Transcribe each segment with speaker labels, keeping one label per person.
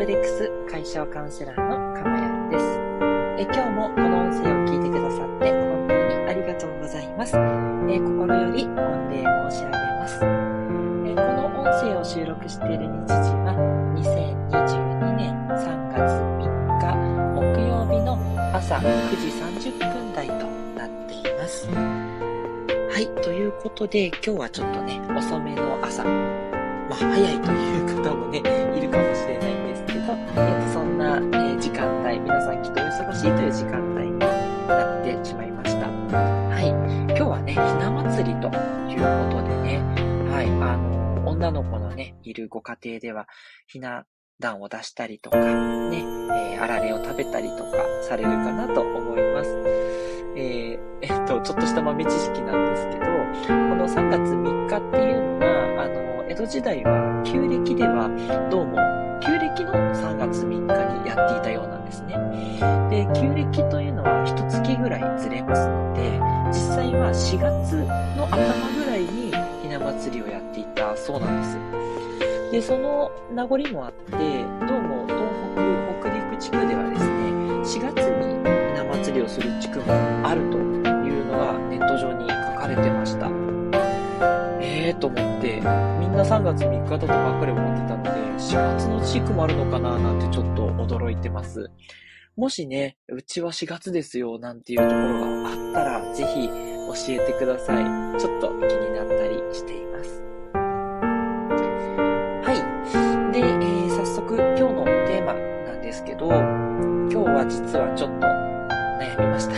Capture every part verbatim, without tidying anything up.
Speaker 1: プレックス解消カウンセラーのかまやんです。え今日もこの音声を聞いてくださって本当にありがとうございます。え心より御礼申し上げます。えこの音声を収録している日時はにせんにじゅうにねんさんがつみっか木曜日の朝くじさんじゅっぷん台となっています。はい、ということで今日はちょっとね遅めの朝、まあ、早いという方もねいるかもしれないんですけど、えっと、そんな、えー、時間帯、皆さんきっとお忙しいという時間帯になってしまいました。はい、今日はねひな祭りということでね、はい、あの女の子のねいるご家庭ではひな壇を出したりとかね、えー、あられを食べたりとかされるかなと思います。えー、えっとちょっとした豆知識なんですけど、このさんがつみっかっていうのはあの江戸時代は旧暦ではどうも旧暦のさんがつみっかにやっていたようなんですね。で、旧暦というのは一月ぐらいずれますので、実際はしがつの頭ぐらいにひな祭りをやっていたそうなんです。で、その名残もあって、どうも東北、北陸地区ではですね、しがつにひな祭りをする地区もあるというのがネット上に書かれてました。えーと思って、みんなさんがつみっかだとばっかり思ってたので、しがつの地区もあるのかななんてちょっと驚いてます。もしね、うちはしがつですよなんていうところがあったら、ぜひ教えてください。ちょっと気になったりしています。はい。で、えー、早速今日のテーマなんですけど、今日は実はちょっと悩みました。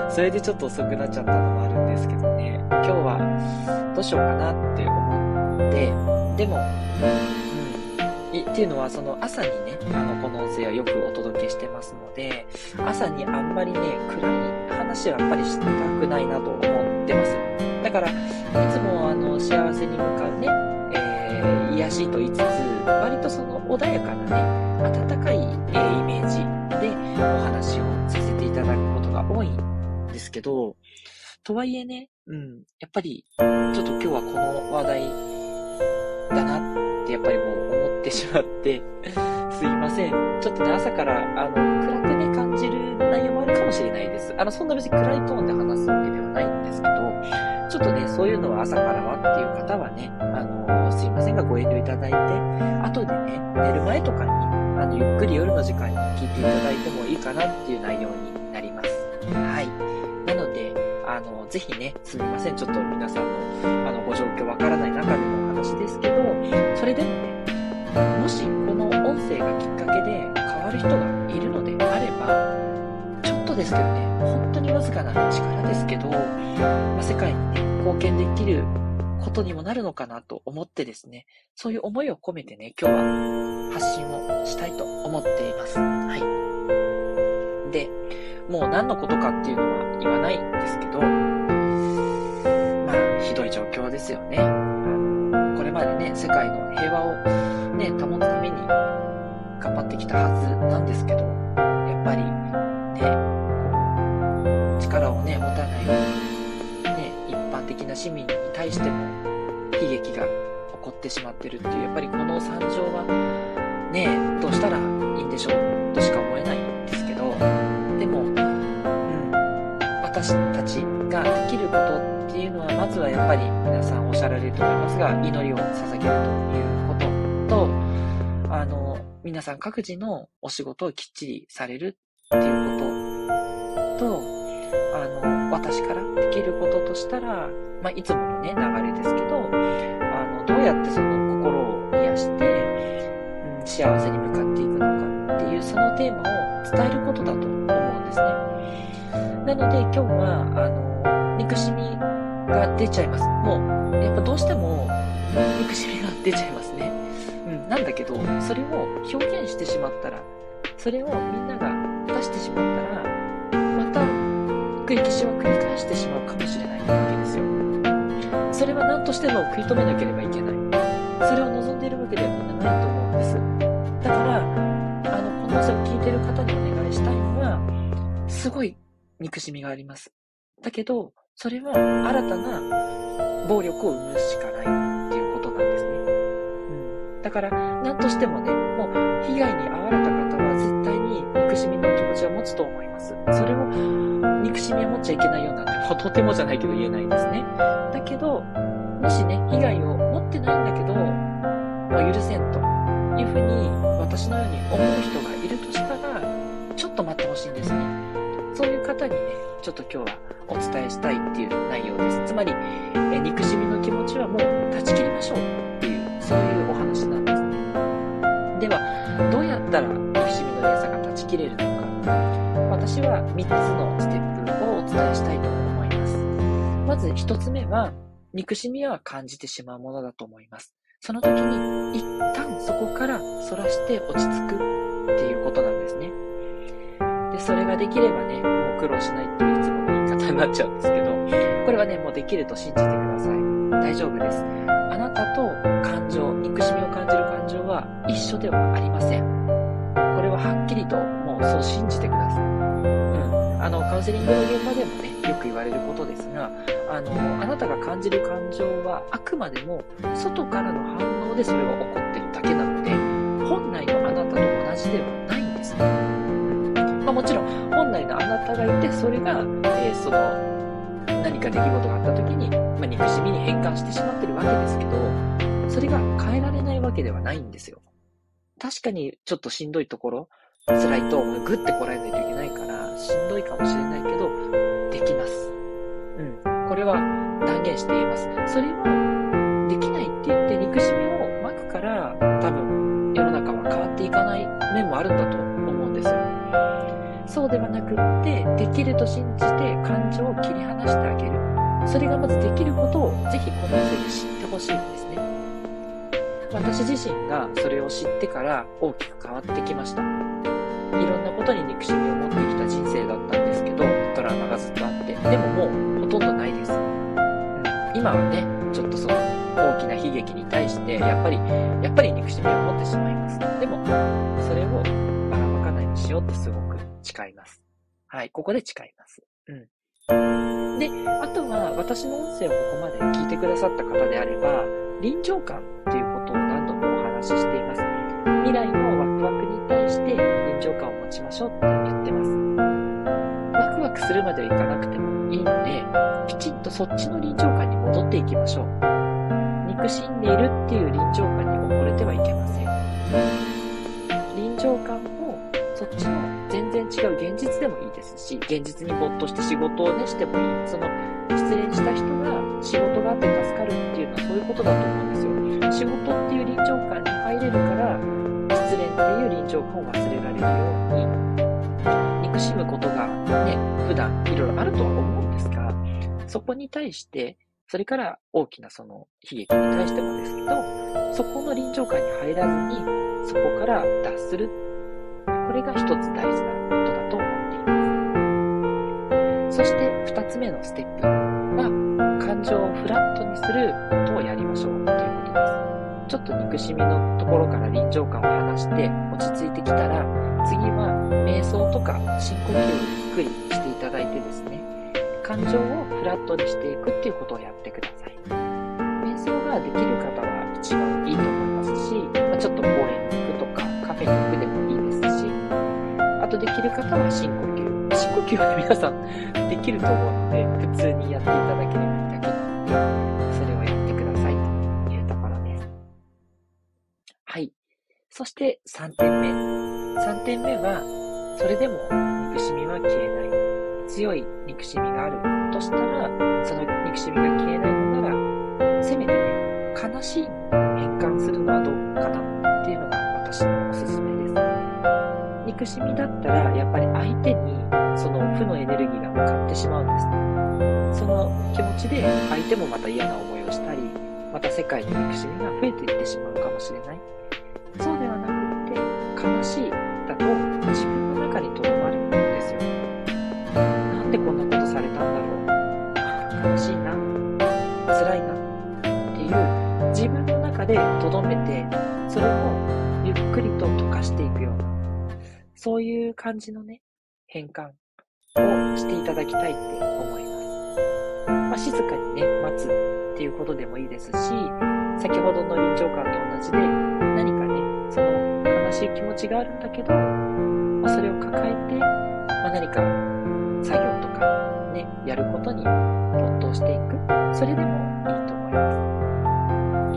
Speaker 1: それでちょっと遅くなっちゃったのもあるんですけどね、今日はどうしようかなって思って、でも、うん、っていうのはその朝にね、あのこの音声はよくお届けしてますので、朝にあんまりね暗い話はやっぱりしたくないなと思ってます。だからいつもあの幸せに向かうね、えー、癒しと言いつつ、割とその穏やかなね温かい、えー、イメージでお話をさせていただくことが多いんですけど、とはいえね、うん、やっぱりちょっと今日はこの話題だなってやっぱりもう思ってしまってすいません。ちょっとね朝からあの暗くね感じる内容もあるかもしれないです。あのそんな別に暗いトーンで話すわけではないんですけど、ちょっとねそういうのは朝からはっていう方はね、あのすいませんがご遠慮いただいて、後でね寝る前とかにあのゆっくり夜の時間に聞いていただいてもいいかなっていう内容になります。はい。なのであのぜひね、すみません、ちょっと皆さんのあのご状況わからない中でのお話ですけど、それでもね、もしこの音声がきっかけで変わる人がいるのであれば、ちょっとですけどね、本当にわずかな力ですけど、まあ、世界にね貢献できることにもなるのかなと思ってですね、そういう思いを込めてね、今日は発信をしたいと思っています。はい。で、もう何のことかっていうのは言わないんですけど、まあひどい状況ですよね。これまでね世界の平和をね保つために頑張ってきたはずなんですけど、やっぱりねこう力をね持たないね一般的な市民に対しても悲劇が起こってしまってるっていう、やっぱりこの惨状はねどうしたらいいんでしょうとしか思えないんですけど、でも、うん、私たちができることっていうのは、まずはやっぱり皆さんおっしゃられると思いますが、祈りを捧げるということと、あの皆さん各自のお仕事をきっちりされるっていうことと、あの私からできることとしたら、まあ、いつものね流れですけど、あのどうやってその心を癒して、うん、幸せに向かっていくのかっていうそのテーマを伝えることだと思うんですね。なので今日はあの憎しみが出ちゃいます。もうやっぱどうしても憎しみが出ちゃいますね。うん、なんだけどそれを表現してしまったら、それをみんなが出してしまったら、また歴史は繰り返してしまうかもしれないわけですよ。それは何としても食い止めなければいけない。それを望んでいるわけではみんなないと思うんです。だからあのこの音声を聞いている方にお願いしたいのは、すごい憎しみがあります。だけどそれは新たな暴力を生むしかないっていうことなんですね。うん、だから何としてもね、もう被害に遭われた方は絶対に憎しみの気持ちは持つと思います。それを憎しみは持っちゃいけないようなんて、もうとてもじゃないけど言えないんですね。だけど、もしね、被害を持ってないんだけど、もう許せんというふうに私のように思う人がいるとしたら、ちょっと待ってほしいんですね。そういう方にね、ちょっと今日はお伝えしたいっていう内容です。つまり、え憎しみの気持ちはもう断ち切りましょうっていう、そういうお話なんですね。では、どうやったら憎しみの連鎖が断ち切れるのか。私はみっつのステップをお伝えしたいと思います。まずひとつめは、憎しみは感じてしまうものだと思います。その時に一旦そこからそらして落ち着くっていうことなんですね。で、それができればね、もう苦労しないっていういつもの言い方になっちゃうんですけど、これはね、もうできると信じてください。大丈夫です。あなたと感情、憎しみを感じる感情は一緒ではありません。これははっきりともうそう信じてください。うん。あの、カウンセリングの現場でもね、よく言われることですが、あの、あなたが感じる感情はあくまでも外からの反応でそれは起こってるだけなので、本来のあなたと同じではないんですね。まあ、もちろん本来のあなたがいて、それが、えー、その何か出来事があった時に、まあ、憎しみに変換してしまってるわけですけど、それが変えられないわけではないんですよ。確かにちょっとしんどいところ、辛いとグッてこらえないといけないからしんどいかもしれないけど、できます。うん。これは断言して言えます。それをできないって言って憎しみをまくから、多分世の中は変わっていかない面もあるんだと思うんですよ。そうではなくって、できると信じて感情を切り離してあげる。それがまずできることをぜひこの音声で知ってほしいんですね。私自身がそれを知ってから大きく変わってきました。いろんなことに憎しみを持ってきた人生だったんですけど、ドラマがずっとあって、でももうほとんどないです。うん、今はね、ちょっとその大きな悲劇に対して、やっぱり、やっぱり憎しみを持ってしまいます。でも、それをばらまかないようにしようってすごく誓います。はい、ここで誓います。うん。で、あとは私の音声をここまで聞いてくださった方であれば、臨場感っていうことを何度もお話ししています。未来のワクワクに対して臨場感を持ちましょうって言ってます。ワクワクするまではいかなくてもいいので、きちんとそっちの臨場感に戻っていきましょう。憎しんでいるっていう臨場感に溺れてはいけません。臨場感もそっちの全然違う現実でもいいですし、現実に没頭して仕事をねしてもいい。その失恋した人が仕事があって助かるっていうのはそういうことだと思うんですよ。仕事っていう臨場感に入れるから、失恋っていう臨場感を忘れられるように、憎しむことがね、普段いろいろあるとは思うんですが、そこに対して、それから大きなその悲劇に対してもですけど、そこの臨場感に入らずに、そこから脱する。これが一つ大事なことだと思っています。そして二つ目のステップは、感情をフラットにすることをやりましょうということです。ちょっと憎しみのところから臨場感を離して落ち着いてきたら、次は瞑想とか深呼吸をゆっくりしていただいてですね、感情をフラットにしていくっていうことをやってください。瞑想ができる方は一番いいと思いますし、まあ、ちょっと公園に行くとかカフェに行くでもいいですし、あとできる方は深呼吸。深呼吸は皆さんできると思うので、普通にやっていただければいいだけなので、それをやってくださいというところです。はい。そしてさんてんめ。さんてんめは、それでも憎しみは消えない。強い憎しみがあるとしたら、その憎しみが消えないのなら、せめてね、悲しいに変換するのはどうかなっていうのが私のおすすめです。憎しみだったら、やっぱり相手にその負のエネルギーが向かってしまうんですね。その気持ちで相手もまた嫌な思いをしたり、また世界に憎しみが増えていってしまうかもしれない。そうではなくって、悲しいだと自分の中に留まるんですよ。なんでこんなことされたんだろう。悲しいな。辛いな。っていう自分の中で留めて、それをゆっくりと溶かしていくような、そういう感じのね、変換をしていただきたいって思います。まあ、静かにね、待つっていうことでもいいですし、先ほどの臨場感と同じで、何かね、その悲しい気持ちがあるんだけど、まあ、それを抱えて、まあ、何か作業とかね、やることに没頭していく。それでもいいと思います。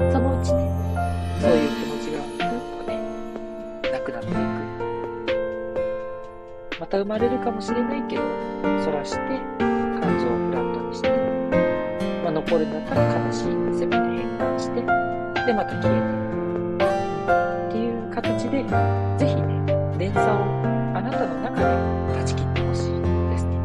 Speaker 1: そのうちね、そういう気持ちがふっとね、なくなっていく。また生まれるかもしれないけど、そらして、感情をフラットにして、まあ、残るんだったら悲しい、せめて変換して、で、また消えていく。っていう形で、ぜひね、連鎖をあなたの中で断ち切ってほしいですね。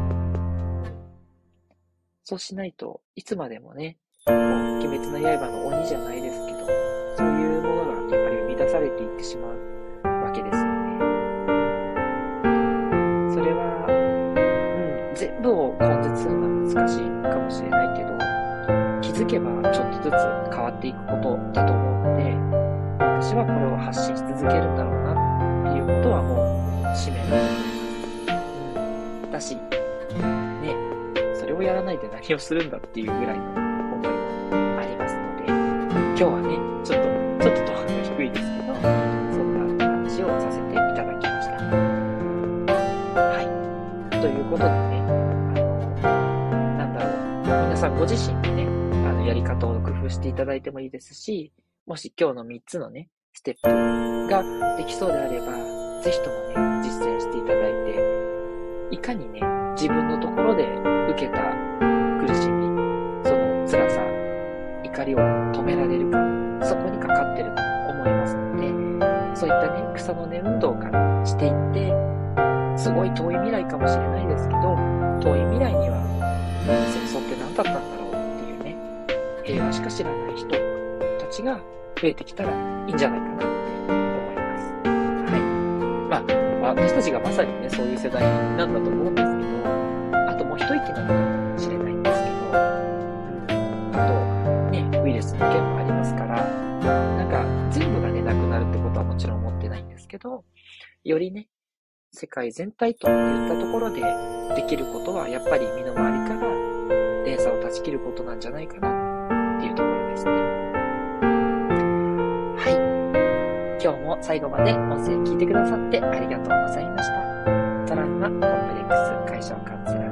Speaker 1: そうしないといつまでもね、こう鬼滅の刃の鬼じゃないですけど、そういうものがやっぱり生み出されていってしまうわけですよね。それは、うん、全部を根絶するのは難しいかもしれないけど、気づけばちょっとずつ変わっていくことだと思うので、私はこれを発信し続けるんだろうなっていうことはもう使命だと思います。うん、だし、ね、それをやらないで何をするんだっていうぐらいの思いもありますので、今日はね、ちょっと、ちょっとトーンが低いですけど、そんな話をさせていただきました。はい。ということでね、あの、なんだろう、皆さんご自身でね、あの、やり方を工夫していただいてもいいですし、もし今日のみっつのね、ステップができそうであれば、ぜひともね、実践していただいて、いかにね、自分のところで受けた苦しみ、その辛さ、怒りを止められるか、そこにかかってると思いますので、そういったね、草の根運動からしていって、すごい遠い未来かもしれないですけど、遠い未来には戦争って何だったんだろうっていうね、平和しか知らない人たちが増えてきたらいいんじゃないかなって思います。はい。まあ、私たちがまさにね、そういう世代なんだと思うんですけど、あともう一息なのかもしれないんですけど、うん、あと、ね、ウイルスの件もありますから、なんか全部がね、なくなるってことはもちろん思ってないんですけど、よりね、世界全体といったところでできることはやっぱり身の回りから連鎖を断ち切ることなんじゃないかなっていうところですね。はい。今日も最後まで音声聞いてくださってありがとうございました。トラウマコンプレックス解消カウンセラー